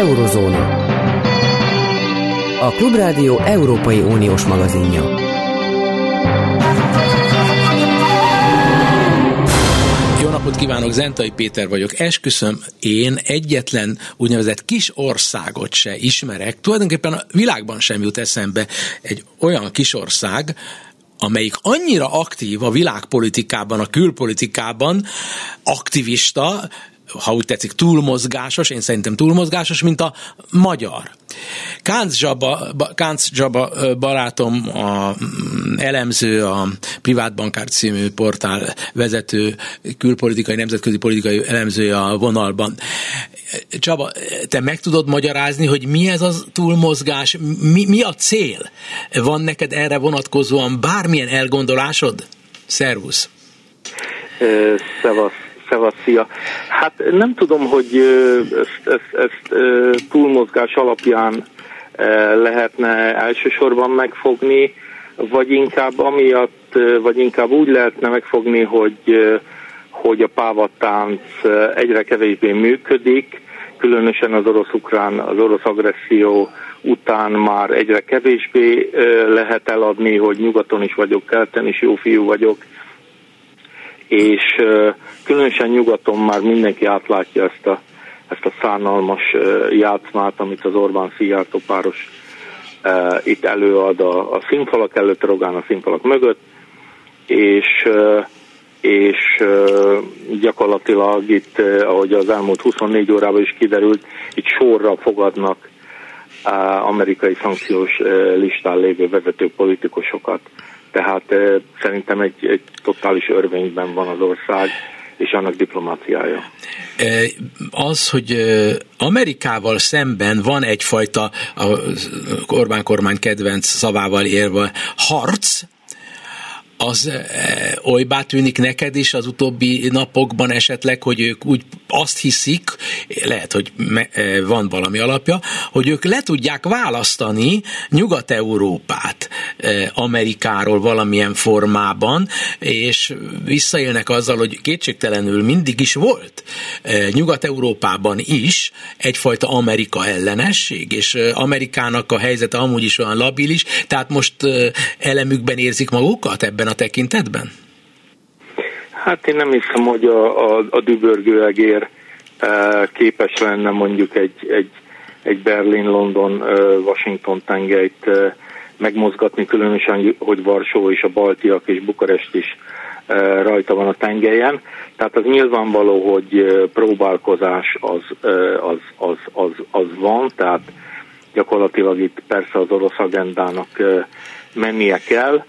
Eurozóna. A Klubrádió Európai Uniós magazinja. Jó napot kívánok, Zentai Péter vagyok. Esküszöm, én egyetlen úgynevezett kis országot se ismerek. Tulajdonképpen a világban sem jut eszembe egy olyan kis ország, amelyik annyira aktív a világpolitikában, a külpolitikában, aktivista, ha úgy tetszik, túlmozgásos, én szerintem túlmozgásos, mint a magyar. Kánc Csaba barátom, elemző, a Privátbankár című portál vezető, külpolitikai, nemzetközi politikai elemzője a vonalban. Csaba, te meg tudod magyarázni, hogy mi ez a túlmozgás, mi a cél? Van neked erre vonatkozóan bármilyen elgondolásod? Szervusz! Szia. Hát nem tudom, hogy ezt túlmozgás alapján lehetne elsősorban megfogni, vagy inkább úgy lehetne megfogni, hogy a pávattánc egyre kevésbé működik, különösen az orosz agresszió után már egyre kevésbé lehet eladni, hogy nyugaton is vagyok, keleten is jó fiú vagyok, és különösen nyugaton már mindenki átlátja ezt a szánalmas játszmát, amit az Orbán-Szijjártó páros itt előad a színfalak előtt, Rogán a színfalak mögött, és gyakorlatilag itt, ahogy az elmúlt 24 órában is kiderült, itt sorra fogadnak amerikai szankciós listán lévő vezető politikusokat. Tehát szerintem egy totális örvényben van az ország, és annak diplomáciája. Az, hogy Amerikával szemben van egyfajta, a Orbán kormány kedvenc szavával érve harc, az olybá tűnik neked is az utóbbi napokban esetleg, hogy ők úgy azt hiszik, lehet, hogy van valami alapja, hogy ők le tudják választani Nyugat-Európát Amerikáról valamilyen formában, és visszaélnek azzal, hogy kétségtelenül mindig is volt Nyugat-Európában is egyfajta Amerika ellenesség, és Amerikának a helyzete amúgy is olyan labilis, tehát most elemükben érzik magukat ebben a tekintetben? Hát én nem hiszem, hogy a dübörgő egér képes lenne mondjuk egy Berlin-London-Washington tengelyt megmozgatni, különösen, hogy Varsó és a Baltiak és Bukarest is rajta van a tengelyen. Tehát az nyilvánvaló, hogy próbálkozás az van, tehát gyakorlatilag itt persze az orosz agendának mennie kell.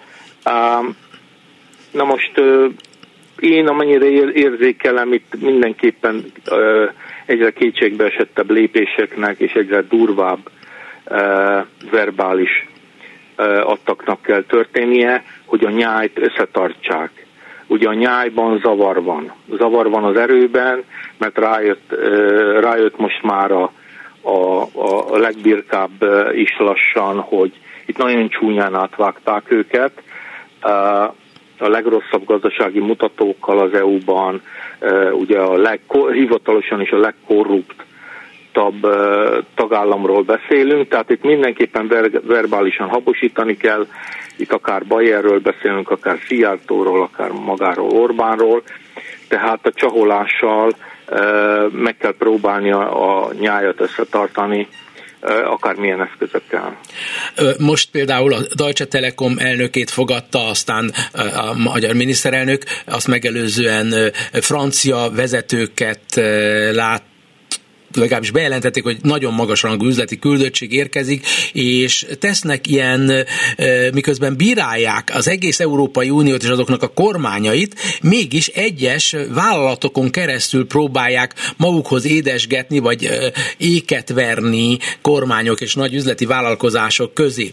Na most én amennyire érzékelem, itt mindenképpen egyre kétségbeesettebb lépéseknek és egyre durvább verbális attaknak kell történnie, hogy a nyájt összetartsák. Ugye a nyájban zavar van. Zavar van az erőben, mert rájött most már a legbirkább is lassan, hogy itt nagyon csúnyán átvágták őket. A legrosszabb gazdasági mutatókkal az EU-ban, ugye hivatalosan is a legkorruptabb tagállamról beszélünk, tehát itt mindenképpen verbálisan habosítani kell, itt akár Bayerről beszélünk, akár Szijjártóról, akár magáról Orbánról, tehát a csaholással meg kell próbálni a nyájat összetartani, akármilyen eszközökkel. Most például a Deutsche Telekom elnökét fogadta, aztán a magyar miniszterelnök, azt megelőzően francia vezetőket legalábbis bejelentették, hogy nagyon magasrangú üzleti küldöttség érkezik, és tesznek ilyen, miközben bírálják az egész Európai Uniót és azoknak a kormányait, mégis egyes vállalatokon keresztül próbálják magukhoz édesgetni, vagy éket verni kormányok és nagy üzleti vállalkozások közé.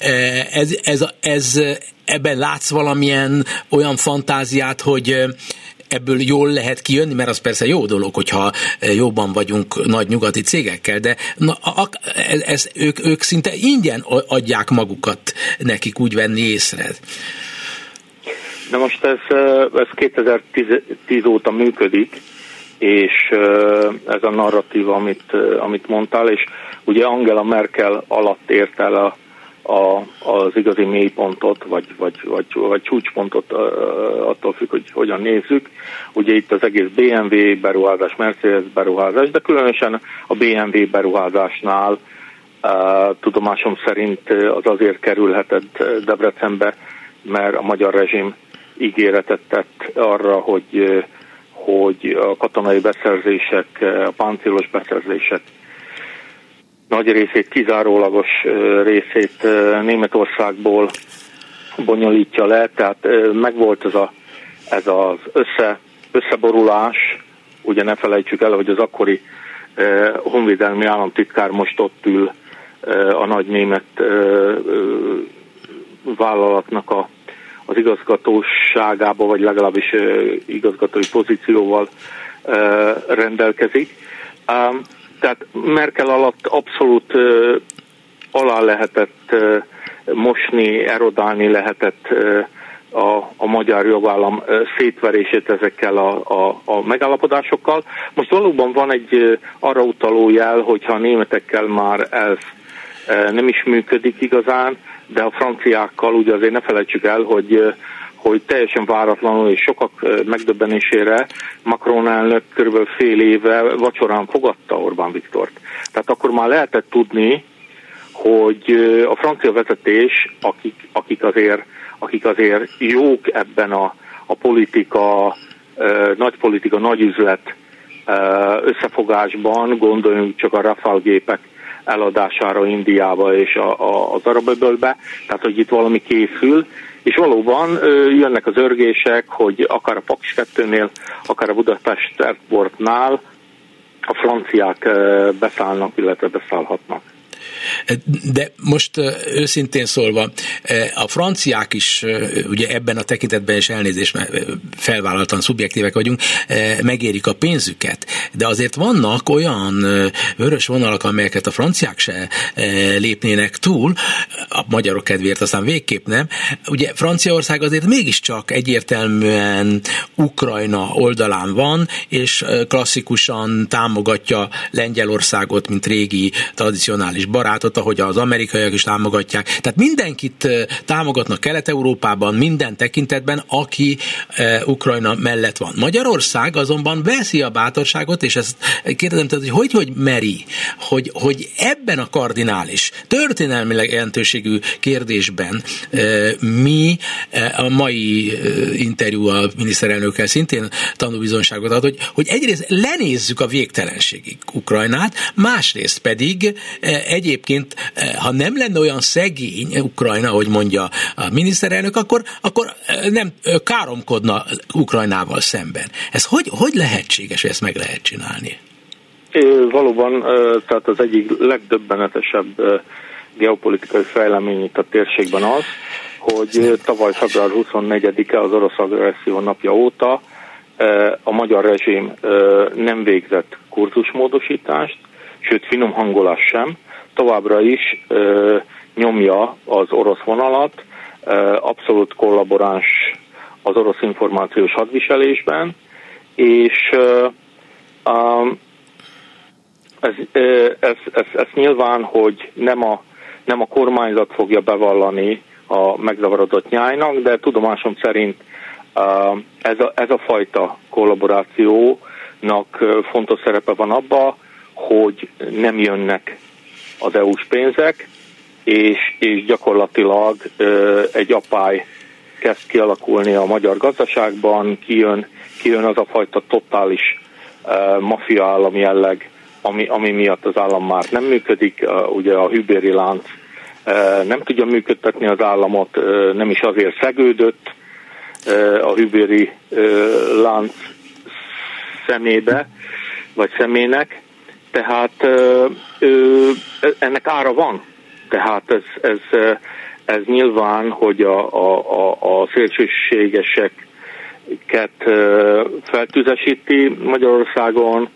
Ebben látsz valamilyen olyan fantáziát, hogy ebből jól lehet kijönni, mert az persze jó dolog, hogyha jobban vagyunk nagy nyugati cégekkel, de ők szinte ingyen adják magukat nekik úgy venni észre. Na most ez 2010 óta működik, és ez a narratíva, amit mondtál, és ugye Angela Merkel alatt ért el az igazi mélypontot, vagy csúcspontot, attól függ, hogy hogyan nézzük. Ugye itt az egész BMW beruházás, Mercedes beruházás, de különösen a BMW beruházásnál tudomásom szerint az azért kerülhetett Debrecenbe, mert a magyar rezsim ígéretet tett arra, hogy a katonai beszerzések, a páncélos beszerzések nagy részét, kizárólagos részét Németországból bonyolítja le, tehát megvolt ez az összeborulás, ugye ne felejtsük el, hogy az akkori honvédelmi államtitkár most ott ül a nagy német vállalatnak az igazgatóságába, vagy legalábbis igazgatói pozícióval rendelkezik. Tehát Merkel alatt abszolút alá lehetett mosni, erodálni lehetett a magyar jogállam szétverését ezekkel a megállapodásokkal. Most valóban van egy arra utaló jel, hogyha a németekkel már ez nem is működik igazán, de a franciákkal ugye azért ne felejtsük el, hogy teljesen váratlanul és sokak megdöbbenésére Macron elnök körülbelül fél éve vacsorán fogadta Orbán Viktort. Tehát akkor már lehetett tudni, hogy a francia vezetés, akik azért jók ebben a politika, nagy politika, nagy üzlet összefogásban, gondoljunk csak a Rafale gépek eladására Indiába és az Arab-öbölbe, tehát hogy itt valami készül, és valóban jönnek az örgések, hogy akár a Paks 2-nél, akár a Budapest Airportnál a franciák beszállnak, illetve beszállhatnak. De most őszintén szólva, a franciák is ugye ebben a tekintetben is elnézést, mert felvállaltan szubjektívek vagyunk, megérik a pénzüket, de azért vannak olyan vörös vonalak, amelyeket a franciák se lépnének túl, a magyarok kedvéért aztán végképp nem. Ugye Franciaország azért mégiscsak egyértelműen Ukrajna oldalán van, és klasszikusan támogatja Lengyelországot, mint régi tradicionális barátot, ahogy az amerikaiak is támogatják. Tehát mindenkit támogatnak Kelet-Európában, minden tekintetben, aki Ukrajna mellett van. Magyarország azonban veszi a bátorságot, és ezt kérdezem, hogy meri, hogy ebben a kardinális, történelmileg jelentőségű kérdésben mi a mai interjú a miniszterelnökkel szintén tanúbizonyságot ad, hogy egyrészt lenézzük a végtelenségig Ukrajnát, másrészt pedig egyébként, ha nem lenne olyan szegény Ukrajna, ahogy mondja a miniszterelnök, akkor nem káromkodna Ukrajnával szemben. Ez hogy lehetséges, hogy ezt meg lehet csinálni? Valóban, tehát az egyik legdöbbenetesebb geopolitikai fejlemény itt a térségben az, hogy tavaly február 24-e az orosz agresszió napja óta a magyar rezsim nem végzett kurzusmódosítást, sőt finom hangolás sem, továbbra is nyomja az orosz vonalat, abszolút kollaboráns az orosz információs hadviselésben, és ez nyilván, hogy nem a kormányzat fogja bevallani a megzavarodott nyájnak, de tudomásom szerint ez a fajta kollaborációnak fontos szerepe van abba, hogy nem jönnek az EU-s pénzek, és gyakorlatilag egy apály kezd kialakulni a magyar gazdaságban, kijön az a fajta totális maffia állam jelleg, ami miatt az állam már nem működik, ugye a hűbéri lánc nem tudja működtetni az államot, nem is azért szegődött a hűbéri lánc szemébe, vagy személynek, tehát ennek ára van. Tehát ez nyilván, hogy a szélsőségeseket feltüzesíti Magyarországon,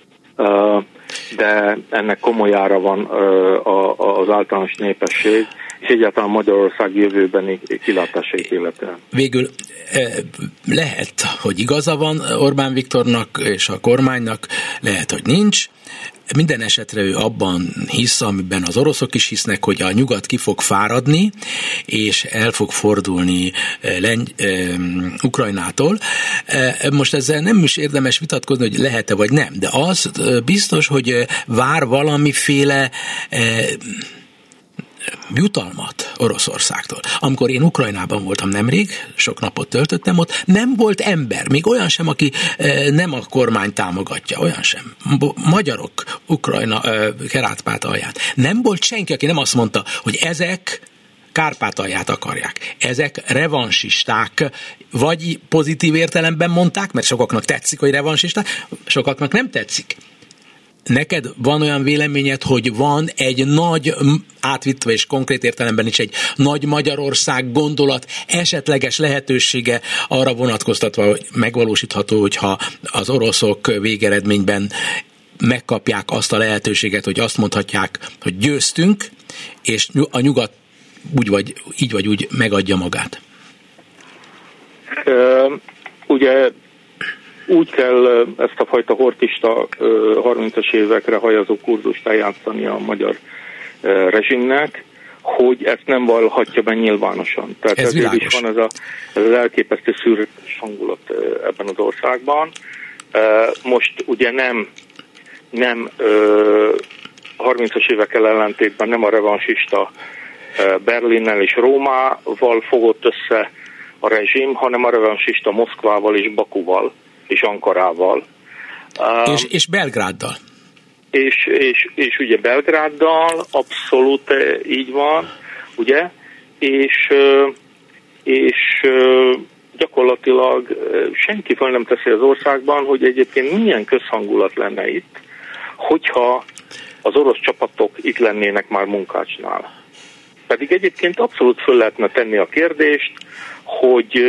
de ennek komoly ára van az általános népesség és egyáltalán Magyarország jövőbeni kilátásait illetően. Végül lehet, hogy igaza van Orbán Viktornak és a kormánynak, lehet, hogy nincs. Minden esetre ő abban hisz, amiben az oroszok is hisznek, hogy a nyugat ki fog fáradni, és el fog fordulni Ukrajnától. Most ezzel nem is érdemes vitatkozni, hogy lehet-e vagy nem, de az biztos, hogy vár valamiféle jutalmat Oroszországtól. Amikor én Ukrajnában voltam nemrég, sok napot töltöttem ott, nem volt ember, még olyan sem, aki nem a kormány támogatja, olyan sem. Magyarok Ukrajna Kárpátalján. Nem volt senki, aki nem azt mondta, hogy ezek Kárpátalját akarják. Ezek revansisták, vagy pozitív értelemben mondták, mert sokaknak tetszik, hogy revansisták, sokaknak nem tetszik. Neked van olyan véleményed, hogy van egy nagy, átvittve és konkrét értelemben is egy nagy Magyarország gondolat, esetleges lehetősége arra vonatkoztatva, hogy megvalósítható, hogyha az oroszok végeredményben megkapják azt a lehetőséget, hogy azt mondhatják, hogy győztünk, és a nyugat így vagy úgy megadja magát? Ugye úgy kell ezt a fajta hortista 30-as évekre hajazó kurzust eljátszani a magyar rezsimnek, hogy ezt nem vallhatja be nyilvánosan. Tehát ez is van ez az elképesztő szürreális hangulat ebben az országban. Most ugye nem 30-as évekkel ellentétben nem a revansista Berlinnel és Rómával fogott össze a rezsim, hanem a revansista Moszkvával és Bakuval és Ankarával. És Belgráddal. És ugye Belgráddal abszolút így van, ugye? És gyakorlatilag senki fel nem teszi az országban, hogy egyébként milyen közhangulat lenne itt, hogyha az orosz csapatok itt lennének már Munkácsnál. Pedig egyébként abszolút föl lehetne tenni a kérdést, hogy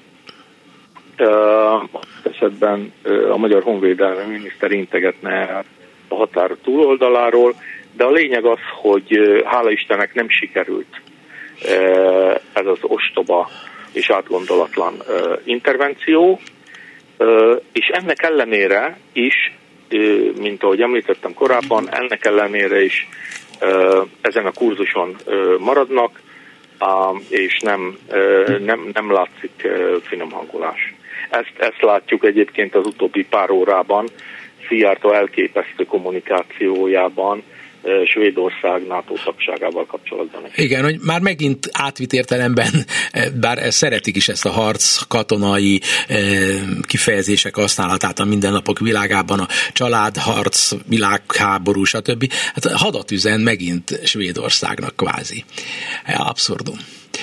esetben a magyar honvédelmi miniszter integetne a határ túloldaláról, de a lényeg az, hogy hála Istennek nem sikerült ez az ostoba és átgondolatlan intervenció, és ennek ellenére is, mint ahogy említettem korábban, ennek ellenére is ezen a kurzuson maradnak, és nem látszik finomhangolás. Ezt látjuk egyébként az utóbbi pár órában, Szijjártó elképesztő kommunikációjában Svédország NATO tagságával kapcsolatban. Igen, hogy már megint átvitt értelemben, bár szeretik is ezt a harc katonai kifejezések használatát a mindennapok világában, a családharc, világháború, stb. Hát hadat üzen megint Svédországnak kvázi. Abszurdum.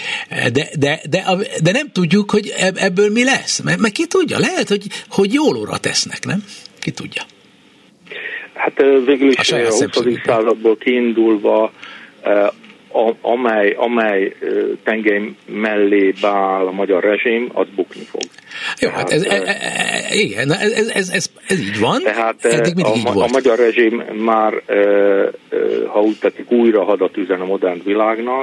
De nem tudjuk, hogy ebből mi lesz. Mert ki tudja? Lehet, hogy jól óra tesznek, nem? Ki tudja? Hát végül is a 20. századból kiindulva, amely tengely mellé beáll a magyar rezsim, az bukni fog. Jó, hát ez így van. Tehát a magyar rezsim már, ha úgy tetszik, újra hadat üzen a modern világnak,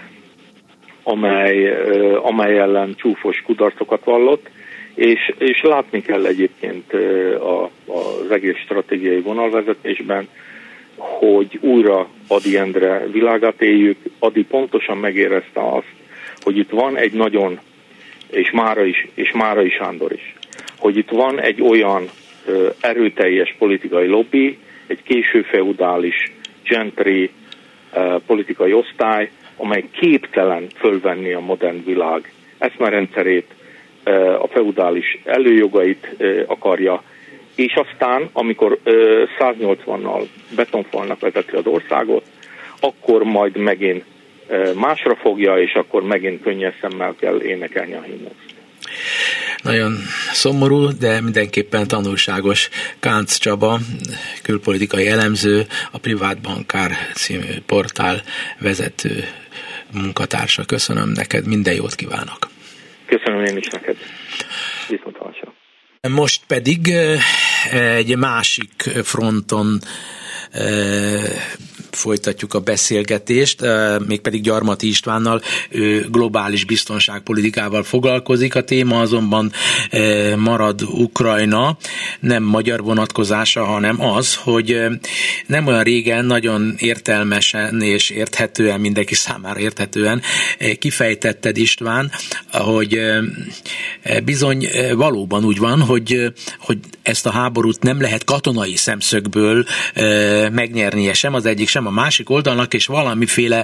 amely ellen csúfos kudarcokat vallott, és látni kell egyébként az egész stratégiai vonalvezetésben, hogy újra Ady Endre világát éljük. Ady pontosan megérezte azt, hogy itt van egy nagyon, és Márai Sándor is, hogy itt van egy olyan erőteljes politikai lobby, egy késő feudális, gentry politikai osztály, amely képtelen fölvenni a modern világ eszmerendszerét, a feudális előjogait akarja, és aztán, amikor 180-nal betonfalnak vezeti az országot, akkor majd megint másra fogja, és akkor megint könnyes szemmel kell énekelni a himnuszt. Nagyon szomorú, de mindenképpen tanulságos. Kánc Csaba, külpolitikai elemző, a Privát Bankár című portál vezető munkatársa. Köszönöm neked, minden jót kívánok! Köszönöm én is neked. Viszontlátásra. Most pedig egy másik fronton folytatjuk a beszélgetést, mégpedig Gyarmati Istvánnal, ő globális biztonságpolitikával foglalkozik. A téma azonban marad Ukrajna, nem magyar vonatkozása, hanem az, hogy nem olyan régen nagyon értelmesen és érthetően, mindenki számára érthetően kifejtetted, István, hogy bizony valóban úgy van, hogy ezt a háborút nem lehet katonai szemszögből megnyernie sem az egyik, sem a másik oldalnak, és valamiféle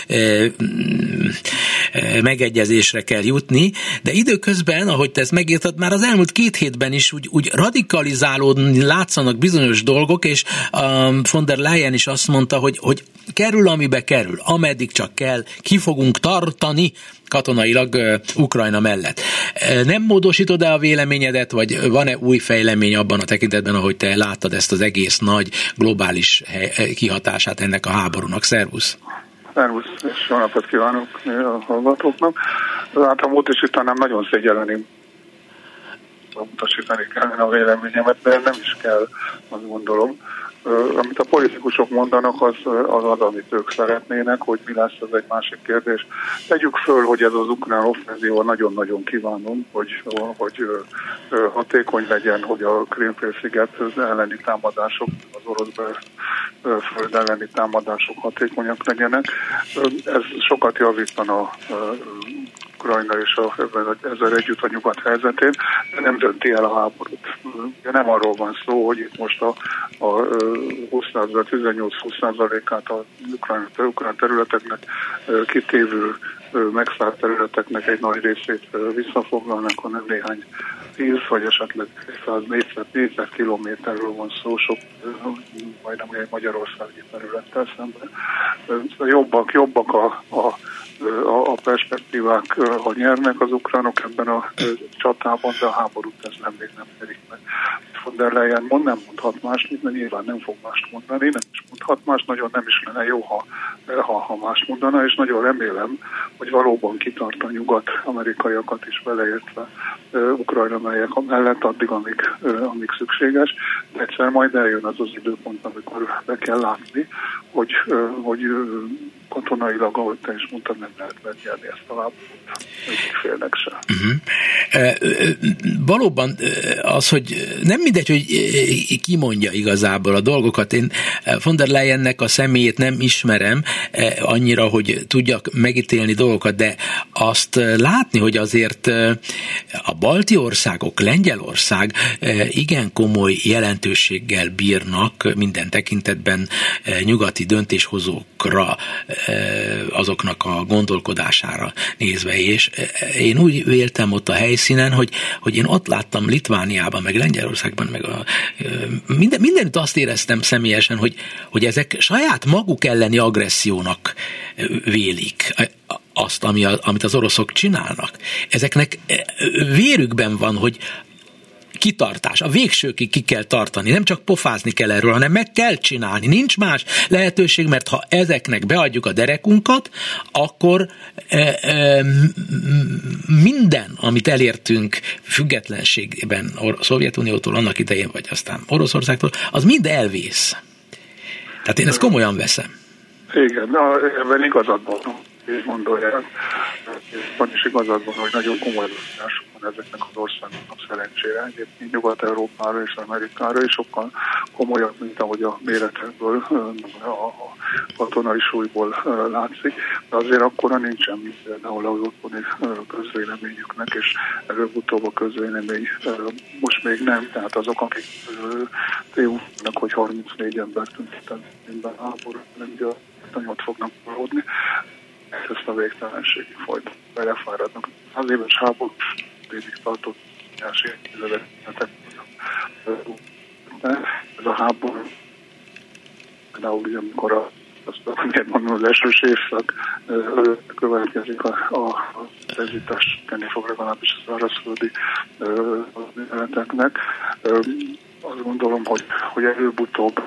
megegyezésre kell jutni, de időközben, ahogy te ezt megírtad, már az elmúlt 2 hétben is úgy radikalizálódni látszanak bizonyos dolgok, és von der Leyen is azt mondta, hogy kerül, amibe kerül, ameddig csak kell, ki fogunk tartani katonailag Ukrajna mellett. Nem módosítod-e a véleményedet, vagy van-e új fejlemény abban a tekintetben, ahogy te láttad ezt az egész nagy globális kihatását ennek a háborúnak? Szervusz! Szervusz, és jó napot kívánok a hallgatóknak. Hát módosítanám, nagyon szégyelleném, utasítani kellene a véleményemet, de nem is kell, azt gondolom. Amit a politikusok mondanak, az, amit ők szeretnének, hogy mi lesz, az egy másik kérdés. Tegyük föl, hogy ez az ukrán offenzíva, nagyon-nagyon kívánom, hogy hatékony legyen, hogy a Krím-félsziget elleni támadások, az orosz föld elleni támadások hatékonyak legyenek. Ez sokat javítana Ukrajna és ezzel együtt a nyugat helyzetén, de nem dönti el a háborút. Nem arról van szó, hogy itt most a 18-20%-át az ukrán területeknek kitévő megszállt területeknek egy nagy részét visszafoglalnak, hanem néhány 10 vagy esetleg 100 kilométerről van szó, sok majdnem egy magyarországi területtel szemben. Jobbak a perspektívák, ha nyernek az ukránok ebben a csatában, de a háborút ez még nem terik meg. Von der Leyen nem mondhat mást, mert nyilván nem fog mást mondani, nem is mondhat mást, nagyon nem is lenne jó, ha mást mondana, és nagyon remélem, hogy valóban kitart a nyugat-amerikaiakat is beleértve Ukrajna mellett addig, amíg szükséges. De egyszer majd eljön az időpont, amikor be kell látni, hogy katonailag, ahogy te is mondtad, nem lehet megnyerni ezt a lábot, egyik félnek sem. Valóban az, hogy nem mindegy, hogy ki mondja igazából a dolgokat. Én von der Leyennek a személyét nem ismerem annyira, hogy tudjak megítélni dolgokat, de azt látni, hogy azért a balti országok, Lengyelország igen komoly jelentőséggel bírnak minden tekintetben nyugati döntéshozókra, azoknak a gondolkodására nézve, és én úgy véltem ott a helyszínen, hogy én ott láttam Litvániában, meg Lengyelországban, meg mindenütt azt éreztem személyesen, hogy ezek saját maguk elleni agressziónak vélik azt, amit az oroszok csinálnak. Ezeknek vérükben van, hogy kitartás, a végsőkig ki kell tartani, nem csak pofázni kell erről, hanem meg kell csinálni, nincs más lehetőség, mert ha ezeknek beadjuk a derekunkat, akkor minden, amit elértünk függetlenségben a Szovjetuniótól annak idején, vagy aztán Oroszországtól, az mind elvész. Tehát én ezt komolyan veszem. Igen, ebben igazad van, és gondolják. Van is igazad van, hogy nagyon komoly hatásuk van ezeknek az országoknak szerencsére. Egyébként Nyugat-Európára és Amerikára is sokkal komolyabb, mint ahogy a méretekből, a katonai súlyból látszik. De azért akkora nincsen, mint például az otthoni közvéleményüknek, és előbb-utóbb a közvélemény most még nem. Tehát azok, akik tévúnak, hogy 34 embert tüntettek minden háború, nem ott fognak maradni. Ezt a végtelenségig folyt, belefáradnak. Az éves háború végig tartott első évtizedek. Ez a háború, például ugye, amikor az esős évszak következik, a rezítás kenni fog legalábbis a szárazföldi műveleteknek. Azt gondolom, hogy előbb-utóbb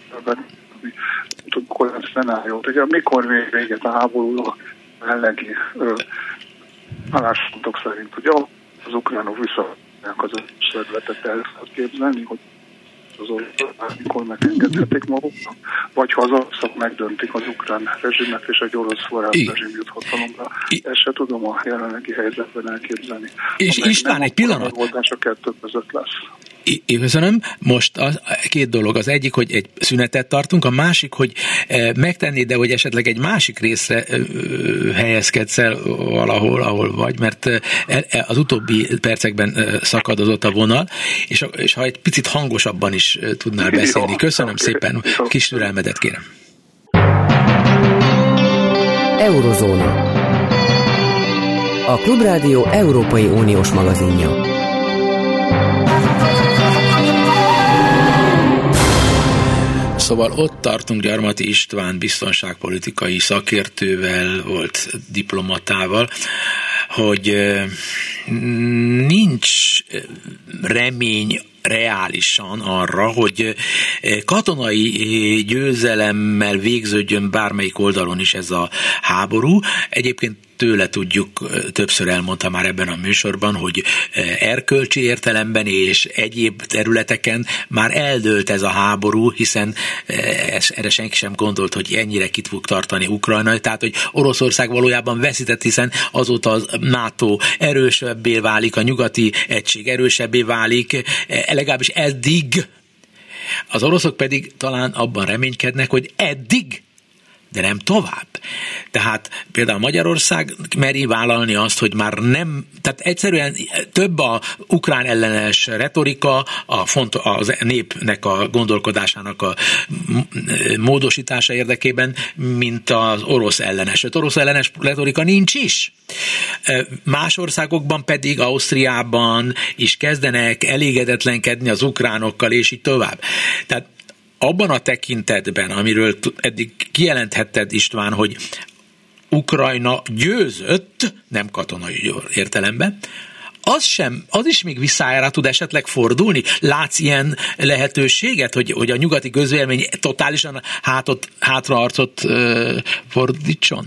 olyan szenáriót, ugye mikor véget a háborúnak ellegi álláspontok szerint, ugye az ukránok visszaadják az területet, el lehet képzelni, hogy az oroszok, mikor megengedhetik maguknak, vagy ha az oroszok megdöntik az ukrán rezsimet, és egy orosz forrás rezsim jut hatalomra. Ezt se tudom a jelenlegi helyzetben elképzelni. És István, egy pillanat. A megoldás a kettő között lesz. Köszönöm. Most két dolog. Az egyik, hogy egy szünetet tartunk, a másik, hogy megtenni, de hogy esetleg egy másik részre helyezkedsz el valahol, ahol vagy, mert az utóbbi percekben szakadozott a vonal, és ha egy picit hangosabban is tudnál beszélni. Köszönöm szépen. Kis türelmedet kérem. Eurozóna. A Klubrádió Európai Uniós magazinja. Szóval ott tartunk Gyarmati István biztonságpolitikai szakértővel, volt diplomatával, hogy nincs remény reálisan arra, hogy katonai győzelemmel végződjön bármelyik oldalon is ez a háború. Egyébként tőle tudjuk, többször elmondta már ebben a műsorban, hogy erkölcsi értelemben és egyéb területeken már eldőlt ez a háború, hiszen erre senki sem gondolt, hogy ennyire ki fog tartani Ukrajna. Tehát, hogy Oroszország valójában veszített, hiszen azóta a NATO erősebbé válik, a nyugati egység erősebbé válik, legalábbis eddig. Az oroszok pedig talán abban reménykednek, hogy eddig, de nem tovább. Tehát például Magyarország meri vállalni azt, hogy már nem, tehát egyszerűen több a ukrán ellenes retorika, a népnek a gondolkodásának a módosítása érdekében, mint az orosz ellenes. Az orosz ellenes retorika nincs is. Más országokban pedig, Ausztriában is kezdenek elégedetlenkedni az ukránokkal, és így tovább. Tehát abban a tekintetben, amiről eddig kijelenthetted, István, hogy Ukrajna győzött, nem katonai értelemben, az is még visszájára tud esetleg fordulni? Látsz ilyen lehetőséget, hogy a nyugati közvélemény totálisan hátraarcot fordítson?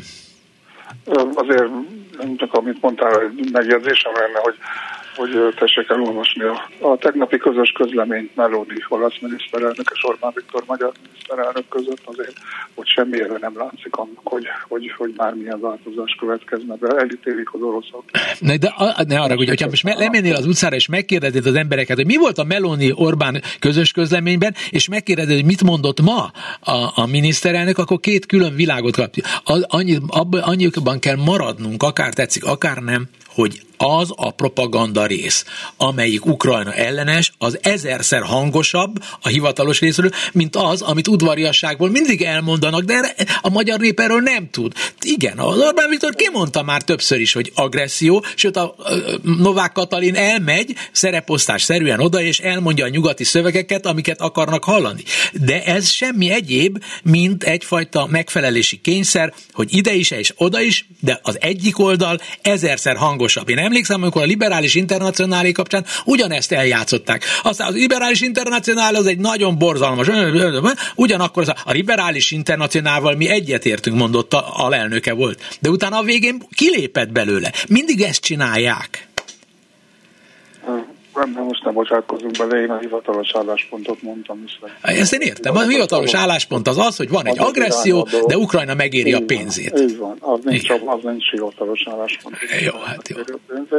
Azért csak amit mondtál, megjegyzésem lenne, hogy tessék elolvasni a tegnapi közös közleményt Meloni olasz miniszterelnök és Orbán Viktor magyar miniszterelnök között, azért, hogy semmilyen nem látszik annak, hogy bármilyen változás következne, de elítélik az oroszok. Ne arra, hogyha most lemennél az utcára és megkérdezed az embereket, hogy mi volt a Meloni-Orbán közös közleményben, és megkérdezed, hogy mit mondott ma a miniszterelnök, akkor két külön világot kapja. Annyiban kell maradnunk, akár tetszik, akár nem, hogy az a propaganda rész, amelyik Ukrajna ellenes, az 1000-szer hangosabb a hivatalos részről, mint az, amit udvariasságból mindig elmondanak, de a magyar nép erről nem tud. Igen, az Orbán Viktor kimondta már többször is, hogy agresszió, sőt a Novák Katalin elmegy szereposztásszerűen oda, és elmondja a nyugati szövegeket, amiket akarnak hallani. De ez semmi egyéb, mint egyfajta megfelelési kényszer, hogy ide is és oda is, de az egyik oldal 1000-szer hangosabb. Én emlékszem, amikor a liberális internacionálé kapcsán ugyanezt eljátszották. Aztán az liberális internacionál az egy nagyon borzalmas, ugyanakkor a liberális internacionálval mi egyetértünk, mondott a alelnöke volt. De utána a végén kilépett belőle. Mindig ezt csinálják. Most nem bocsátkozunk bele, én a hivatalos álláspontot mondtam is. Ezt én értem. A hivatalos álláspont az, hogy van egy agresszió, de Ukrajna megéri a pénzét. Így van, az nincs hivatalos álláspont. Jó, hát jó.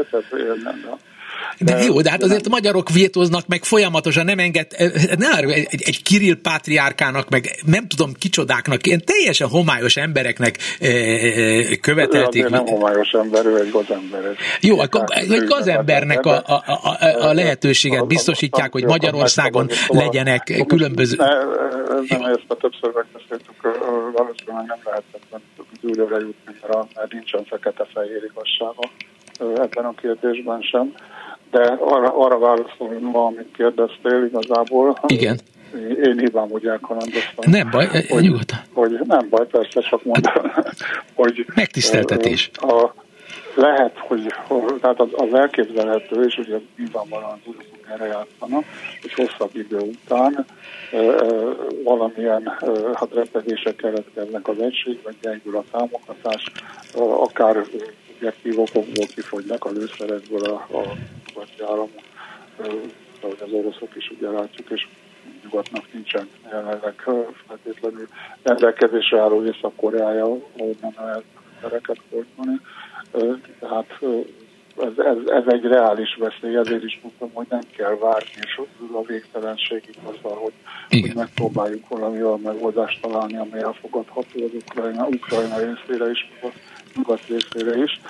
De jó, de hát azért a magyarok vétóznak meg folyamatosan, nem enged, egy Kirill pátriárkának, meg nem tudom kicsodáknak, ilyen teljesen homályos embereknek követelték. Ő nem homályos ember, ő egy gazember. Jó, egy gazembernek a lehetőséget biztosítják, hogy Magyarországon legyenek különböző... Ezt a többször megbeszéltük, valószínűleg nem lehetett dűlőre jutni, mert nincsen fekete-fehér igazsága ebben a kérdésben sem. De arra válaszolom, amit kérdeztél igazából. Igen. Én hibám, hogy elkalandoztam. Nem baj, nyugodtan. Nem baj, persze, csak mondom, hogy... Megtiszteltetés. Lehet, hogy tehát az elképzelhető, és ugye nyilvánvalóan az oroszok erre játszanak, hogy hosszabb idő után valamilyen repedések keletkeznek az egység, vagy gyengül a támogatás, akár objektív okokból kifogynak a lőszerekből a nyugati államok, ahogy az oroszok is ugye látjuk, és nyugatnak nincsen jelenleg feltétlenül rendelkezésre álló Észak-Koreája, ahol nem lehet szereket fordulni. Tehát ez egy reális veszély, ezért is mondtam, hogy nem kell várni, és a végtelenségig azzal, hogy megpróbáljuk valamivel megoldást találni, ami elfogadható az Ukrajna részére is, a nyugat részére is,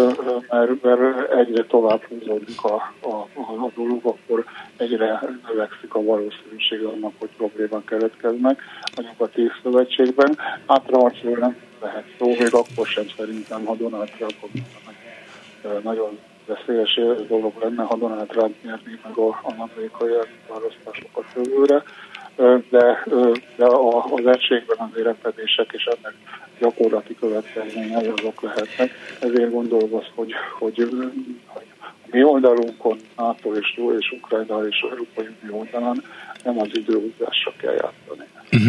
mert egyre tovább húzódik a dolog, akkor egyre növekszik a valószínűség annak, hogy problémák keletkeznek a nyugati szövetségben. Hátraharcról nem lehet szó, még akkor sem szerintem, ha Donald Trump nagyon veszélyes dolog lenne, ha Donald Trump nyerni meg az amerikai választásokat jövőre, de az egységben az éretedések és ennek gyakorlati következményei azok lehetnek. Ezért gondolom azt, hogy mi oldalunkon, NATO és Ukrajna és Európai Unió oldalán nem az időhúzásra kell játszani.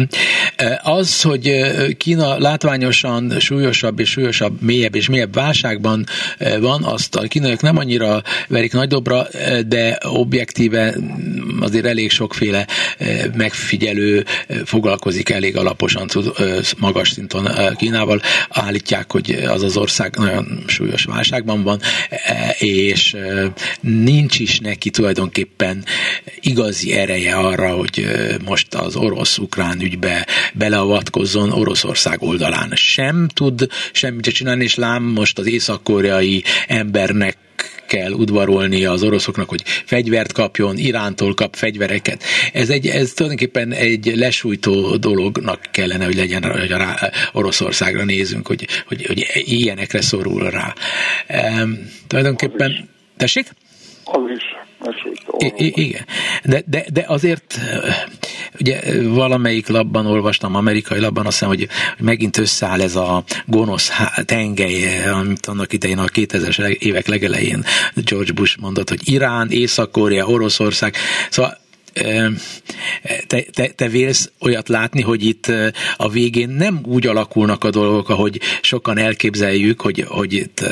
Az, hogy Kína látványosan súlyosabb és súlyosabb, mélyebb és mélyebb válságban van, azt a kínaiak nem annyira verik nagy dobra, de objektíve azért elég sokféle megfigyelő foglalkozik elég alaposan, magas szinten Kínával. Állítják, hogy az ország nagyon súlyos válságban van, és nincs is neki tulajdonképpen igazi ereje arra, hogy most az orosz-ukrán ügybe beleavatkozzon. Oroszország oldalán sem tud semmit csinálni, és lám most az észak-koreai embernek kell udvarolnia az oroszoknak, hogy fegyvert kapjon, Irántól kap fegyvereket. Ez tulajdonképpen egy lesújtó dolognak kellene, hogy legyen, hogy Oroszországra nézünk, hogy ilyenekre szorul rá. Tulajdonképpen... Tessék? Az is lesújtó. Igen. De azért ugye valamelyik labban olvastam, amerikai labban, azt hiszem, hogy megint összeáll ez a gonosz tengely, amit annak idején a 2000-es évek legelején George Bush mondott, hogy Irán, Észak-Korea, Oroszország. Szóval te vélsz olyat látni, hogy itt a végén nem úgy alakulnak a dolgok, ahogy sokan elképzeljük, hogy itt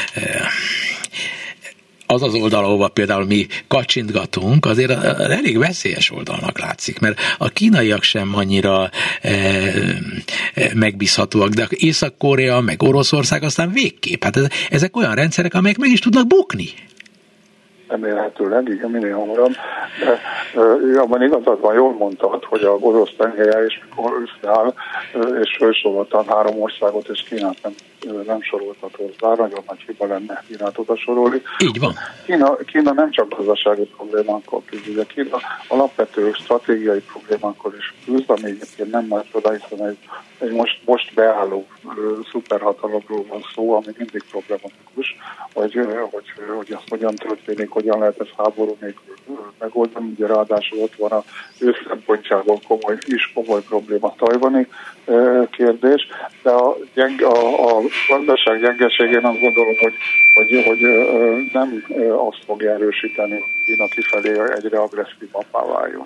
az az oldal, ahova például mi kacsintgatunk, azért elég veszélyes oldalnak látszik, mert a kínaiak sem annyira megbízhatóak, de Észak-Korea, meg Oroszország aztán végképp. Hát ezek olyan rendszerek, amelyek meg is tudnak bukni. Remélhetőleg, igen, minél hamarabb. De abban igazad van, jól mondtad, hogy a orosz tengelye is mikor összeáll, és felsoroltan 3 országot és Kínát nem soroltat hozzá, nagyon nagy hiba lenne Kínát oda sorolni. Így van. Kína nem csak gazdasági problémákkal küzd, de Kína alapvető stratégiai problémákkal is küzd, ami egyébként nem nagy csoda, hiszen egy most beálló szuperhatalomról van szó, ami mindig problematikus, hogy az hogyan történik, hogyan lehet ez háború nélkül megoldani. Ugye ráadásul ott van a ő szempontjából komoly probléma tajvani kérdés, de a gazdaság gyengeségén azt gondolom, hogy nem azt fogja erősíteni, hogy Kína kifelé egyre agresszívabbá váljon.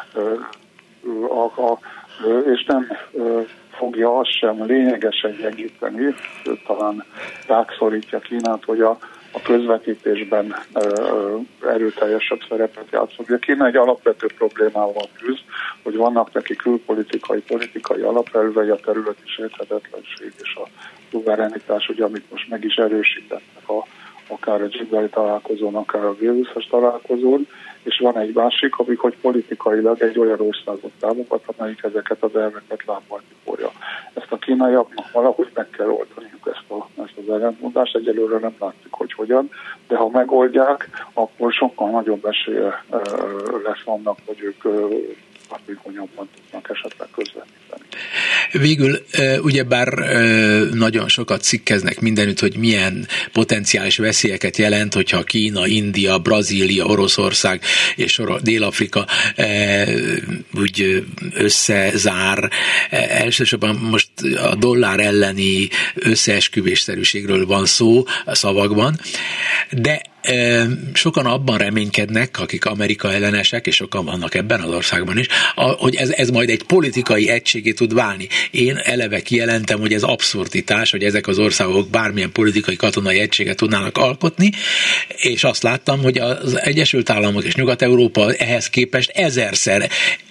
És nem fogja azt sem lényegesen gyengíteni, talán rákszorítja Kínát, hogy a közvetítésben erőteljesebb szerepet játszol. Ugye Kína egy alapvető problémával küzd, hogy vannak neki politikai alapelvei, a területi sérthetetlenség és a szuverenitás, ugye, amit most meg is erősítettek akár a Dzsigai találkozón, akár a Vilniuszos találkozón, és van egy másik, hogy politikailag egy olyan országot támogat, amelyik ezeket az elveket lábbal tiporja. Ezt a kínaiaknak valahogy meg kell oldaniuk ezt az ellentmondást, egyelőre nem látszik, hogy hogyan, de ha megoldják, akkor sokkal nagyobb esélye lesz annak, hogy ők hatékonyabban tudnak esetleg közvetíteni. Végül ugyebár nagyon sokat cikkeznek mindenütt, hogy milyen potenciális veszélyeket jelent, hogyha Kína, India, Brazília, Oroszország és Dél-Afrika úgy összezár. Elsősorban most a dollár elleni összeesküvésszerűségről van szó a szavakban, de sokan abban reménykednek, akik Amerika ellenesek, és sokan vannak ebben az országban is, hogy ez majd egy politikai egységé tud válni. Én eleve kijelentem, hogy ez abszurditás, hogy ezek az országok bármilyen politikai katonai egységet tudnának alkotni, és azt láttam, hogy az Egyesült Államok és Nyugat-Európa ehhez képest 1000-szer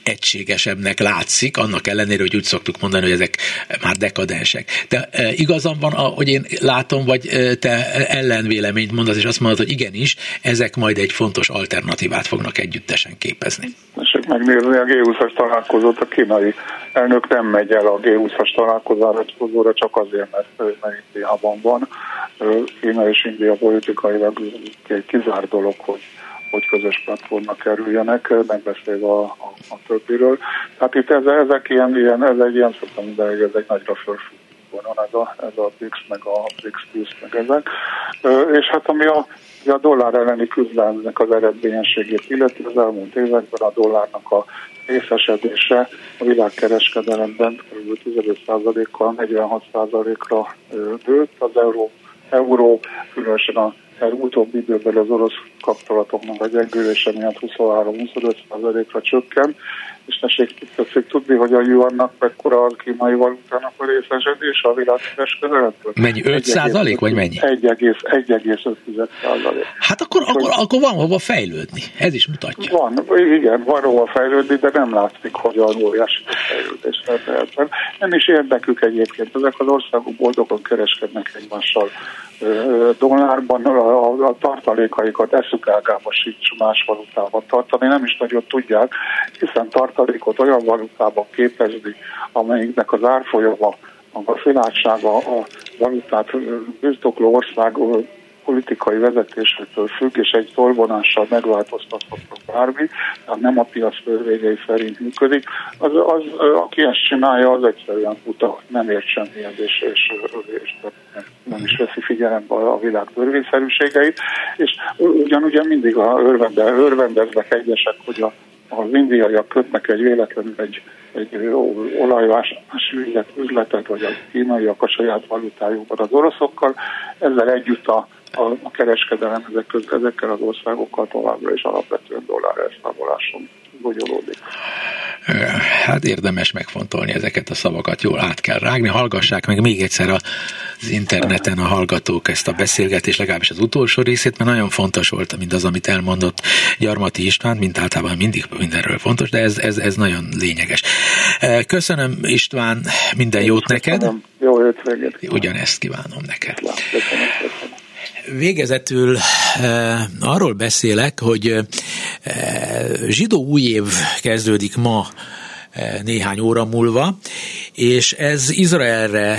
egységesebbnek látszik, annak ellenére, hogy úgy szoktuk mondani, hogy ezek már dekadensek. De igazam van, hogy én látom, vagy te ellenvéleményt mondasz, és azt mondod, hogy igenis, ezek majd egy fontos alternatívát fognak együttesen képezni. Tessék megnézni a G20-as találkozót, a kínai elnök nem megy el a G20-as találkozóra csak azért, mert Indiában van. Kína és India politikailag egy kizárt dolog, hogy közös platformra kerüljenek, nem beszélve a többiről. Tehát itt ez egy ilyen szoktam, de ez egy nagyra fölfújt vonal, ez a BRICS, meg a BRICS Plus, meg ezek. És hát ami a dollár elleni küzdelemnek az eredményességét illeti, az elmúlt években a dollárnak a részesedése a világkereskedelemben kb. 15%-kal 46%-ra nőtt, az euró különösen az utóbbi időben az orosz kapcsolatoknak a gyengülése miatt 23-25%-ra csökken, és tessék tudni, hogy a yuannak mekkora a kínai valutának a részesedése a világkereskedelemből. Mennyi? 5% vagy mennyi? 1,5%. Hát akkor van hova fejlődni. Ez is mutatja. Van hova fejlődni, de nem látszik, hogy a óriási fejlődés. Nem is érdekük egyébként. Ezek az országok boldogan kereskednek egymással dollárban, a tartalékaikat eszük ágába sincs más valutában tartani, nem is nagyon tudják, hiszen tartalékot olyan valutában képezni, amelyiknek az árfolyama, a világsága a valutát birtokló ország politikai vezetésétől függ, és egy tolvonással megváltoztatható bármi, tehát nem a piac törvényei szerint működik. Aki ezt csinálja, az egyszerűen buta, nem ért semmihez, és nem is veszi figyelembe a világ törvényszerűségeit, és ugyan mindig örvendeznek egyesek, hogy az indiaiak kötnek egy véletlenül egy olajvásási üzletet, vagy a kínaiak a saját valutájukban az oroszokkal, ezzel együtt a kereskedelem ezekkel az országokkal továbbra is alapvetően dollár elszámoláson bonyolódik. Hát érdemes megfontolni ezeket a szavakat, jól át kell rágni, hallgassák meg még egyszer az interneten a hallgatók ezt a beszélgetést, legalábbis az utolsó részét, mert nagyon fontos volt mindaz, amit elmondott Gyarmati István, mint általában mindig mindenről fontos, de ez nagyon lényeges. Köszönöm István, minden jót neked. Jó hétvégét. Ugyanezt kívánom neked. Köszönöm. Végezetül arról beszélek, hogy zsidó új év kezdődik ma néhány óra múlva, és ez Izraelre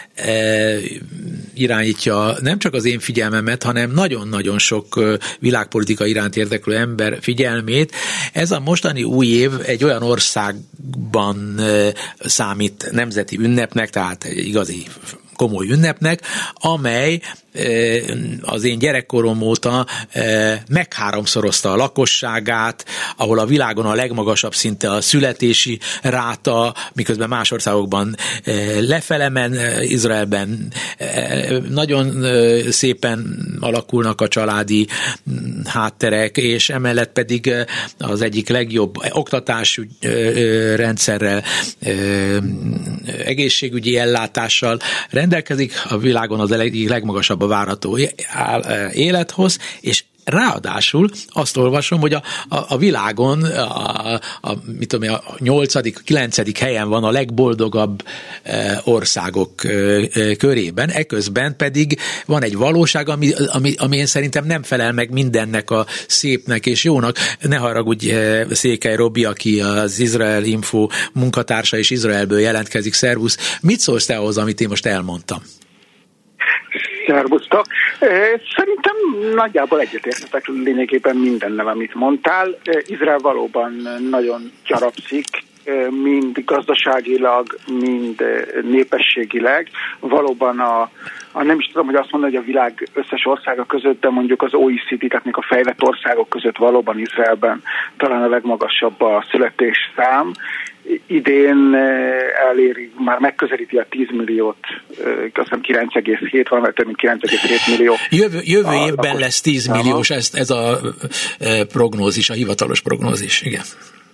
irányítja nem csak az én figyelmemet, hanem nagyon-nagyon sok világpolitika iránt érdeklő ember figyelmét. Ez a mostani új év egy olyan országban számít nemzeti ünnepnek, tehát igazi komoly ünnepnek, amely az én gyerekkorom óta megháromszorozta a lakosságát, ahol a világon a legmagasabb szinte a születési ráta, miközben más országokban lefele men, Izraelben nagyon szépen alakulnak a családi hátterek, és emellett pedig az egyik legjobb oktatási rendszerrel, egészségügyi ellátással rendelkezik, a világon az egyik legmagasabb a várható élethoz, és ráadásul azt olvasom, hogy a világon a 8., 9. helyen van a legboldogabb országok körében, eközben pedig van egy valóság, ami én szerintem nem felel meg mindennek a szépnek és jónak. Ne haragudj, Székely Robi, aki az Izrael Info munkatársa és Izraelből jelentkezik. Szervusz! Mit szólsz te ahhoz, amit én most elmondtam? Szervusztok! Szerintem nagyjából egyetértetek lényegében mindennel, amit mondtál. Izrael valóban nagyon gyarapszik, mind gazdaságilag, mind népességileg. Valóban nem is tudom, hogy azt mondani, hogy a világ összes országa között, de mondjuk az OECD, tehát még a fejlett országok között valóban Izraelben talán a legmagasabb a születésszám. Idén eléri, már megközelíti a 10 milliót, azt hiszem 9,7, valami több mint 9,7 millió. Jövő évben lesz 10 milliós, ez a prognózis, a hivatalos prognózis, igen.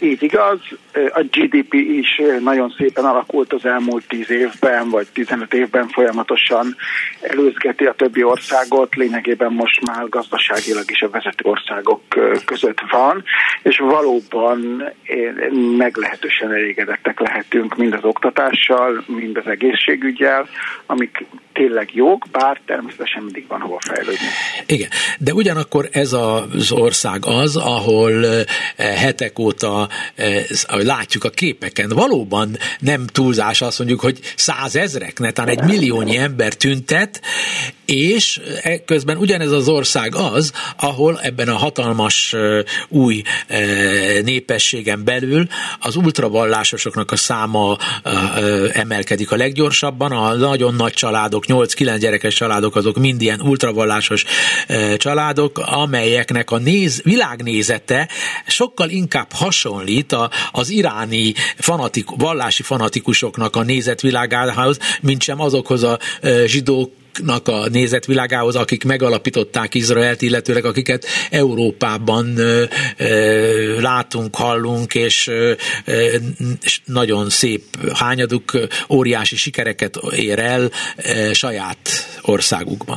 Így igaz, a GDP is nagyon szépen alakult az elmúlt 10 évben, vagy 15 évben folyamatosan előzgeti a többi országot, lényegében most már gazdaságilag is a vezető országok között van, és valóban meglehetősen elégedettek lehetünk mind az oktatással, mind az egészségüggyel, amik tényleg jók, bár természetesen mindig van hova fejlődni. Igen, de ugyanakkor ez az ország az, ahol hetek óta, ahogy látjuk a képeken, valóban nem túlzás azt mondjuk, hogy 100 000, netán 1 milliónyi ember tüntet, és közben ugyanez az ország az, ahol ebben a hatalmas új népességen belül az ultravallásosoknak a száma emelkedik a leggyorsabban, a nagyon nagy családok, 8-9 gyerekes családok, azok mind ilyen ultravallásos családok, amelyeknek a világnézete sokkal inkább hasonlít az iráni vallási fanatikusoknak a nézetvilágához, mint sem azokhoz a zsidóknak a nézetvilágához, akik megalapították Izraelt, illetőleg akiket Európában látunk, hallunk, és nagyon szép hányaduk óriási sikereket ér el saját országukban.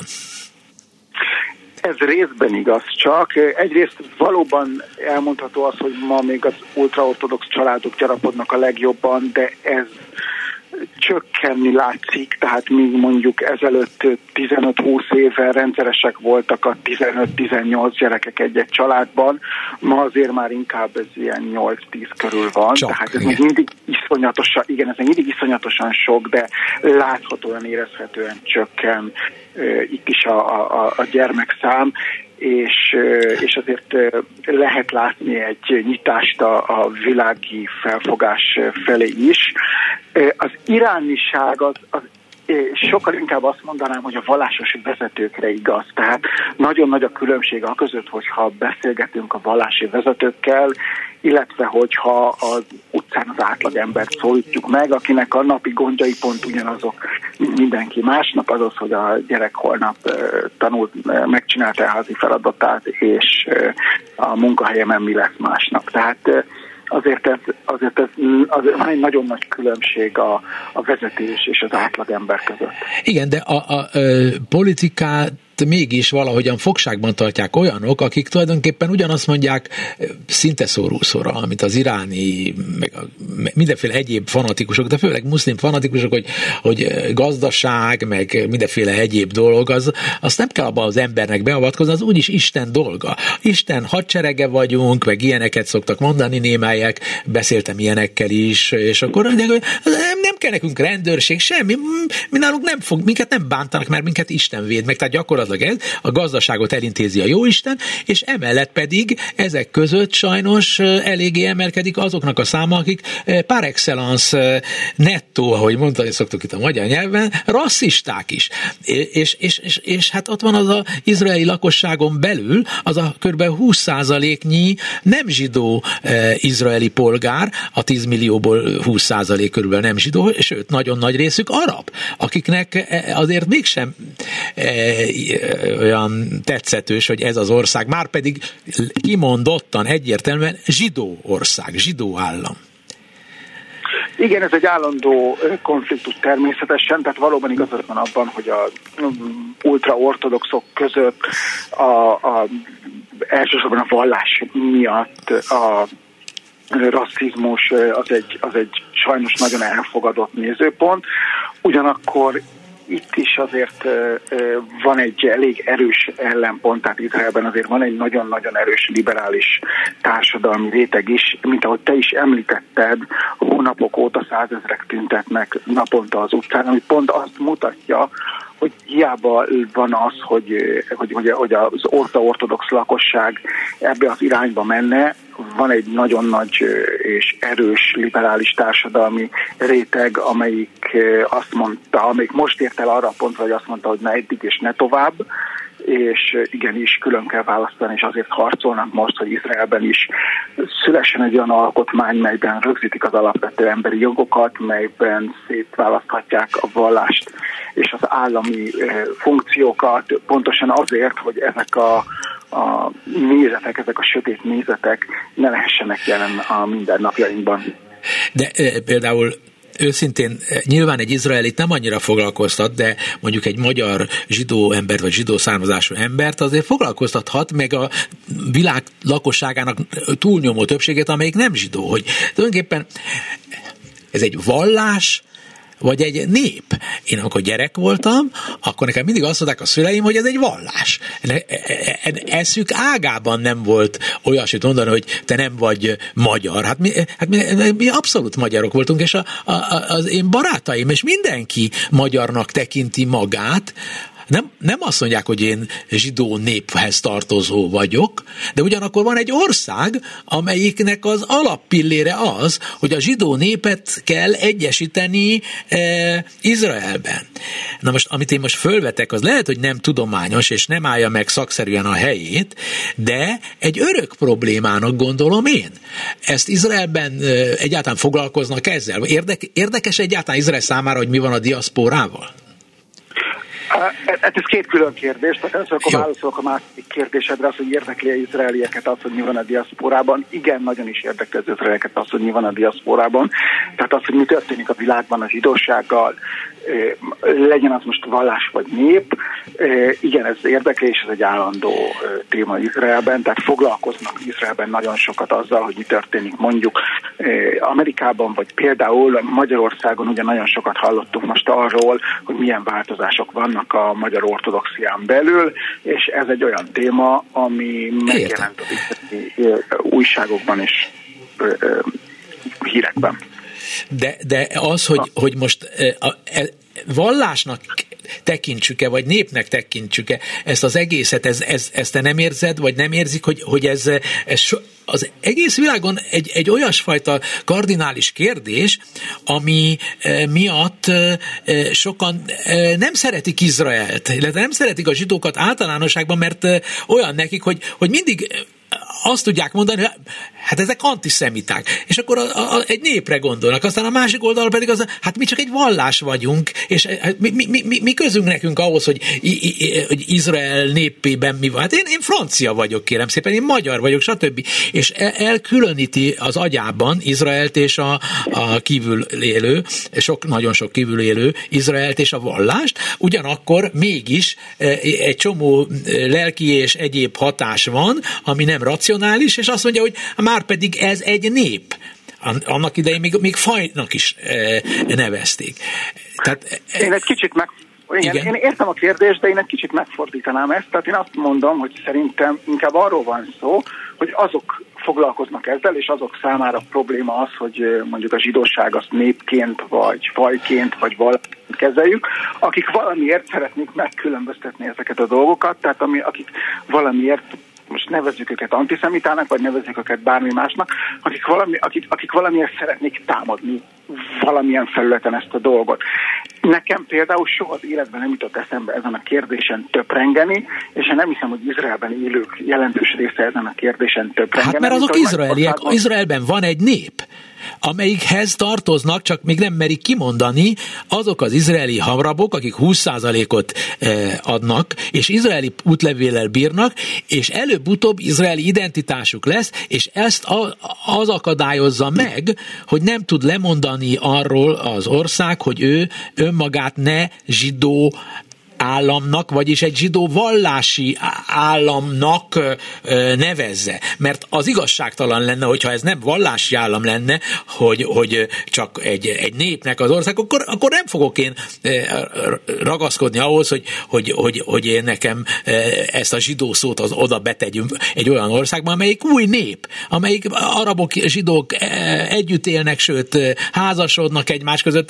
Ez részben igaz csak. Egyrészt valóban elmondható az, hogy ma még az ultraortodox családok gyarapodnak a legjobban, de ez csökkenni látszik, tehát míg mondjuk ezelőtt 15-20 évvel rendszeresek voltak a 15-18 gyerekek egy-egy családban, ma azért már inkább ez ilyen 8-10 körül van, csak, tehát ez még mindig iszonyatosan sok, de láthatóan, érezhetően csökken itt is a gyermekszám, és azért lehet látni egy nyitást a világi felfogás felé is. Az irániság az sokkal inkább azt mondanám, hogy a vallásos vezetőkre igaz. Tehát nagyon nagy a különbség a között, hogyha beszélgetünk a vallási vezetőkkel, illetve hogyha az utcán az átlagember szólítjuk meg, akinek a napi gondjai pont ugyanazok, mint mindenki másnap, az az, hogy a gyerek holnap megcsinálta a házi feladatát, és a munkahelyemen mi lesz másnap. Tehát azért van egy nagyon nagy különbség a vezetés és az átlagember között. Igen, de a politikát mégis valahogyan fogságban tartják olyanok, akik tulajdonképpen ugyanazt mondják szinte szóról-szóra, amit az iráni, meg mindenféle egyéb fanatikusok, de főleg muszlim fanatikusok, hogy gazdaság, meg mindenféle egyéb dolog, azt nem kell abban az embernek beavatkozni, az úgyis Isten dolga. Isten hadserege vagyunk, meg ilyeneket szoktak mondani némelyek, beszéltem ilyenekkel is, és akkor nem kell nekünk rendőrség, semmi, mi nálunk minket nem bántanak, mert minket Isten véd meg, tehát gyakorlatilag a gazdaságot elintézi a jóisten, és emellett pedig ezek között sajnos eléggé emelkedik azoknak a száma, akik par excellence nettó, ahogy mondani szoktuk itt a magyar nyelven, rasszisták is. És hát ott van az az izraeli lakosságon belül, az a kb. 20%-nyi nem zsidó izraeli polgár, a 10 millióból 20% körülbelül nem zsidó, sőt, nagyon nagy részük arab, akiknek azért mégsem olyan tetszetős, hogy ez az ország, már pedig kimondottan egyértelműen zsidó ország, zsidó állam. Igen, ez egy állandó konfliktus természetesen, tehát valóban igazad van abban, hogy az ultraortodoxok között elsősorban a vallás miatt a rasszizmus az egy sajnos nagyon elfogadott nézőpont, ugyanakkor itt is azért van egy elég erős ellenpont, tehát Izraelben azért van egy nagyon-nagyon erős liberális társadalmi réteg is, mint ahogy te is említetted, hónapok óta 100 000-ek tüntetnek naponta az utcán, ami pont azt mutatja, hogy hiába van az, hogy az ortodox lakosság ebbe az irányba menne, van egy nagyon nagy és erős liberális társadalmi réteg, amelyik most ért el arra a pontra, hogy azt mondta, hogy ne eddig és ne tovább, és igenis külön kell választani, és azért harcolnak most, hogy Izraelben is szülessen egy olyan alkotmány, melyben rögzítik az alapvető emberi jogokat, melyben szétválaszthatják a vallást és az állami funkciókat, pontosan azért, hogy ezek a a nézetek, ezek a sötét nézetek ne lehessenek jelen a mindennapjainkban. De például őszintén nyilván egy izraelit nem annyira foglalkoztat, de mondjuk egy magyar zsidó embert, vagy zsidó származású embert azért foglalkoztathat, meg a világ lakosságának túlnyomó többségét, amelyik nem zsidó. Hogy tulajdonképpen ez egy vallás, vagy egy nép. Én amikor gyerek voltam, akkor nekem mindig azt mondták a szüleim, hogy ez egy vallás. Eszük ágában nem volt olyasmit mondani, hogy te nem vagy magyar. Hát mi abszolút magyarok voltunk, és az én barátaim, és mindenki magyarnak tekinti magát. Nem azt mondják, hogy én zsidó néphez tartozó vagyok, de ugyanakkor van egy ország, amelyiknek az alappillére az, hogy a zsidó népet kell egyesíteni Izraelben. Na most, amit én most fölvetek, az lehet, hogy nem tudományos, és nem állja meg szakszerűen a helyét, de egy örök problémának gondolom én. Ezt Izraelben egyáltalán foglalkoznak ezzel? Érdekes egyáltalán Izrael számára, hogy mi van a diaszpórával? Ez két külön kérdés, tehát először akkor válaszolok a másik kérdésedre, az, hogy érdekli az izraelieket az, hogy mi van a diaszpórában. Igen, nagyon is érdekli az izraelieket az, hogy mi van a diaszpórában. Tehát az, hogy mi történik a világban a zsidósággal, legyen az most vallás vagy nép, igen, ez érdekli, és ez egy állandó téma Izraelben, tehát foglalkoznak Izraelben nagyon sokat azzal, hogy mi történik mondjuk Amerikában, vagy például Magyarországon ugye nagyon sokat hallottunk most arról, hogy milyen változások vannak a magyar ortodoxián belül, és ez egy olyan téma, ami megjelent a újságokban és hírekben. De az, hogy most vallásnak tekintsük-e, vagy népnek tekintsük-e ezt az egészet, ezt te nem érzed, vagy nem érzik, hogy ez az egész világon egy olyasfajta kardinális kérdés, ami miatt sokan nem szeretik Izraelt, illetve nem szeretik a zsidókat általánosságban, mert olyan nekik, hogy mindig azt tudják mondani, hogy hát ezek antiszemiták. És akkor egy népre gondolnak. Aztán a másik oldalon pedig az, hát mi csak egy vallás vagyunk, és mi közünk nekünk ahhoz, hogy Izrael népében mi van. Hát én francia vagyok, kérem szépen, én magyar vagyok, stb. És elkülöníti az agyában Izraelt és a kívül élő, nagyon sok kívül élő Izraelt és a vallást, ugyanakkor mégis egy csomó lelki és egyéb hatás van, ami nem racionális, és azt mondja, hogy már pedig ez egy nép. Annak idején még fajnak is nevezték. Tehát, én egy kicsit én értem a kérdést, de én egy kicsit megfordítanám ezt. Tehát én azt mondom, hogy szerintem inkább arról van szó, hogy azok foglalkoznak ezzel, és azok számára probléma az, hogy mondjuk a zsidóság azt népként, vagy fajként, vagy valaként kezeljük, akik valamiért szeretnék megkülönböztetni ezeket a dolgokat, tehát akik valamiért, most nevezzük őket antiszemitának, vagy nevezzük őket bármi másnak, akik valamiért szeretnék támadni valamilyen felületen ezt a dolgot. Nekem például soha az életben nem jutott eszembe ezen a kérdésen töprengeni, és én nem hiszem, hogy Izraelben élők jelentős része ezen a kérdésen töprengeni. Hát mert azok izraeliek, Izraelben van egy nép, amelyikhez tartoznak, csak még nem merik kimondani, azok az izraeli hamrabok, akik 20%-ot adnak, és izraeli útlevéllel bírnak, és előbb-utóbb izraeli identitásuk lesz, és ezt az akadályozza meg, hogy nem tud lemondani arról az ország, hogy ő önmagát ne zsidó államnak, vagyis egy zsidó vallási államnak nevezze. Mert az igazságtalan lenne, hogyha ez nem vallási állam lenne, hogy csak egy népnek az ország, akkor nem fogok én ragaszkodni ahhoz, hogy én nekem ezt a zsidó szót oda betegyünk egy olyan országban, amelyik új nép, amelyik arabok, zsidók együtt élnek, sőt házasodnak egymás között.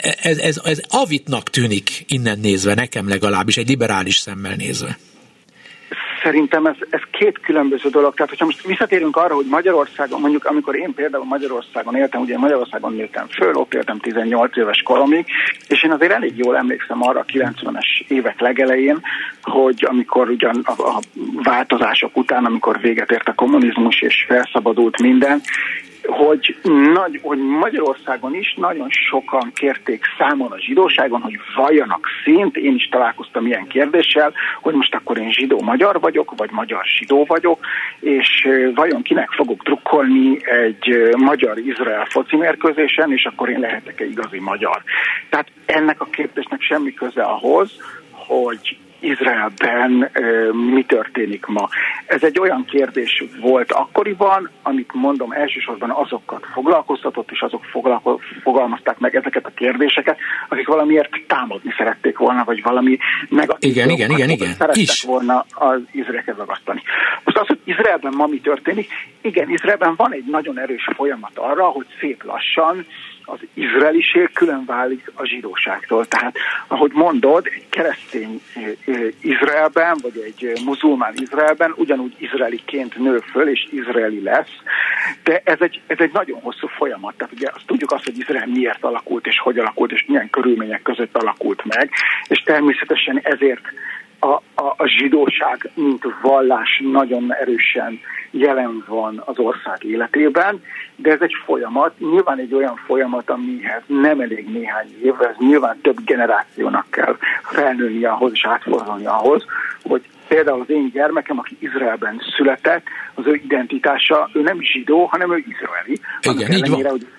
Ez avitnak tűnik innen nézve, nekem legalábbis egy liberális szemmel nézve. Szerintem ez két különböző dolog. Tehát, hogyha most visszatérünk arra, hogy Magyarországon, mondjuk amikor én például Magyarországon éltem, ugye Magyarországon nőttem föl, ott éltem 18 éves koromig, és én azért elég jól emlékszem arra a 90-es évek legelején, hogy amikor ugyan a változások után, amikor véget ért a kommunizmus és felszabadult minden, hogy Magyarországon is nagyon sokan kérték számon a zsidóságon, hogy valljanak szint, én is találkoztam ilyen kérdéssel, hogy most akkor én zsidó-magyar vagyok, vagy magyar-zsidó vagyok, és vajon kinek fogok drukkolni egy magyar-izrael foci mérkőzésen, és akkor én lehetek-e igazi magyar. Tehát ennek a kérdésnek semmi köze ahhoz, hogy Izraelben mi történik ma. Ez egy olyan kérdés volt akkoriban, amit mondom elsősorban azokat foglalkoztatott, és azok fogalmazták meg ezeket a kérdéseket, akik valamiért támadni szerették volna, vagy valami negatív szerettek volna az Izraelhez ragasztani. Most az, hogy Izraelben ma mi történik, igen, Izraelben van egy nagyon erős folyamat arra, hogy szép lassan az izraeliség külön válik a zsidóságtól. Tehát, ahogy mondod, egy keresztény Izraelben, vagy egy muzulmán Izraelben ugyanúgy izraeliként nő föl, és izraeli lesz, de ez egy nagyon hosszú folyamat. Tehát ugye azt tudjuk azt, hogy Izrael miért alakult, és hogy alakult, és milyen körülmények között alakult meg, és természetesen ezért a zsidóság, mint vallás nagyon erősen jelen van az ország életében, de ez egy folyamat, nyilván egy olyan folyamat, amihez nem elég néhány év, ez nyilván több generációnak kell felnőni ahhoz és átfordulni ahhoz, hogy például az én gyermekem, aki Izraelben született, az ő identitása, ő nem zsidó, hanem ő izraeli. Igen, így van. Hogy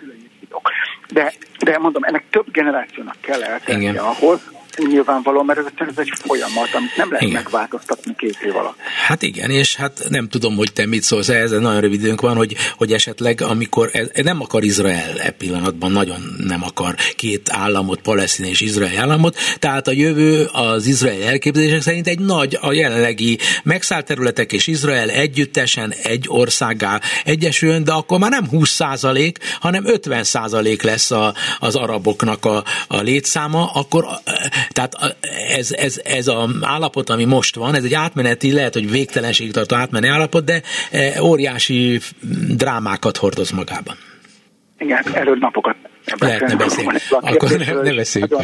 de mondom, ennek több generációnak kell eltennie ahhoz, nyilvánvalóan, mert ez egy folyamat, amit nem lehet megváltoztatni 2 év alatt. Hát igen, és hát nem tudom, hogy te mit szólsz ehhez, nagyon rövid időnk van, hogy esetleg amikor nem akar Izrael pillanatban, nagyon nem akar 2 államot, Palesztin és Izrael államot, tehát a jövő az izraeli elképzelések szerint egy nagy, a jelenlegi megszállt területek és Izrael együttesen egy országgá egyesüljön, de akkor már nem 20%, hanem 50% lesz az araboknak a létszáma, akkor tehát ez az állapot, ami most van, ez egy átmeneti, lehet, hogy végtelenségig tartó átmeneti állapot, de óriási drámákat hordoz magában. Igen, erről napokat lehetne beszélni. Akkor ne beszéljük.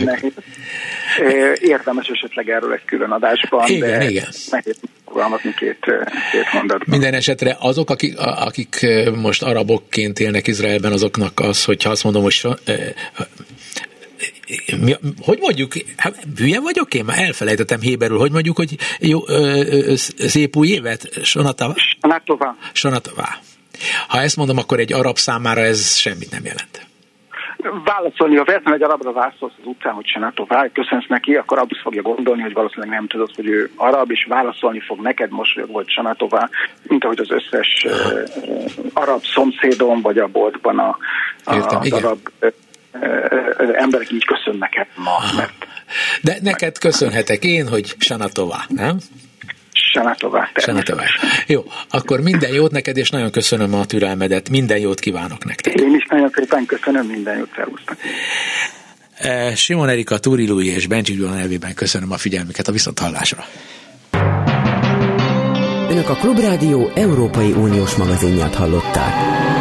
Érdemes esetleg erről egy külön adásban, igen. Nehéz fogalmazni két mondatban. Minden esetre azok, akik most arabokként élnek Izraelben, azoknak az, hogyha azt mondom, hogy hogy mondjuk, hülye vagyok én? Már elfelejtettem héberül, hogy mondjuk, hogy jó, szép új évet? Shana-Tová. Ha ezt mondom, akkor egy arab számára ez semmit nem jelent. Válaszolni, ha véletlenül egy arabra válaszolsz az utcán, hogy Shana-Tová, köszönsz neki, akkor abban fogja gondolni, hogy valószínűleg nem tudod, hogy ő arab, és válaszolni fog neked mosolyog, vagy Shana-Tová, mint ahogy az összes arab szomszédom, vagy a boltban az arab emberek így köszönnek ma. Mert de neked köszönhetek én, hogy Shana-Tová, nem? Shana-Tová. Jó, akkor minden jót neked, és nagyon köszönöm a türelmedet. Minden jót kívánok nektek. Én is nagyon szépen köszönöm, minden jót, szervusztok. Simon Erika, Túri Lui és Bencsik Gyula nevében köszönöm a figyelmüket, a viszonthallásra. Önök a Klubrádió Európai Uniós magazinját hallották.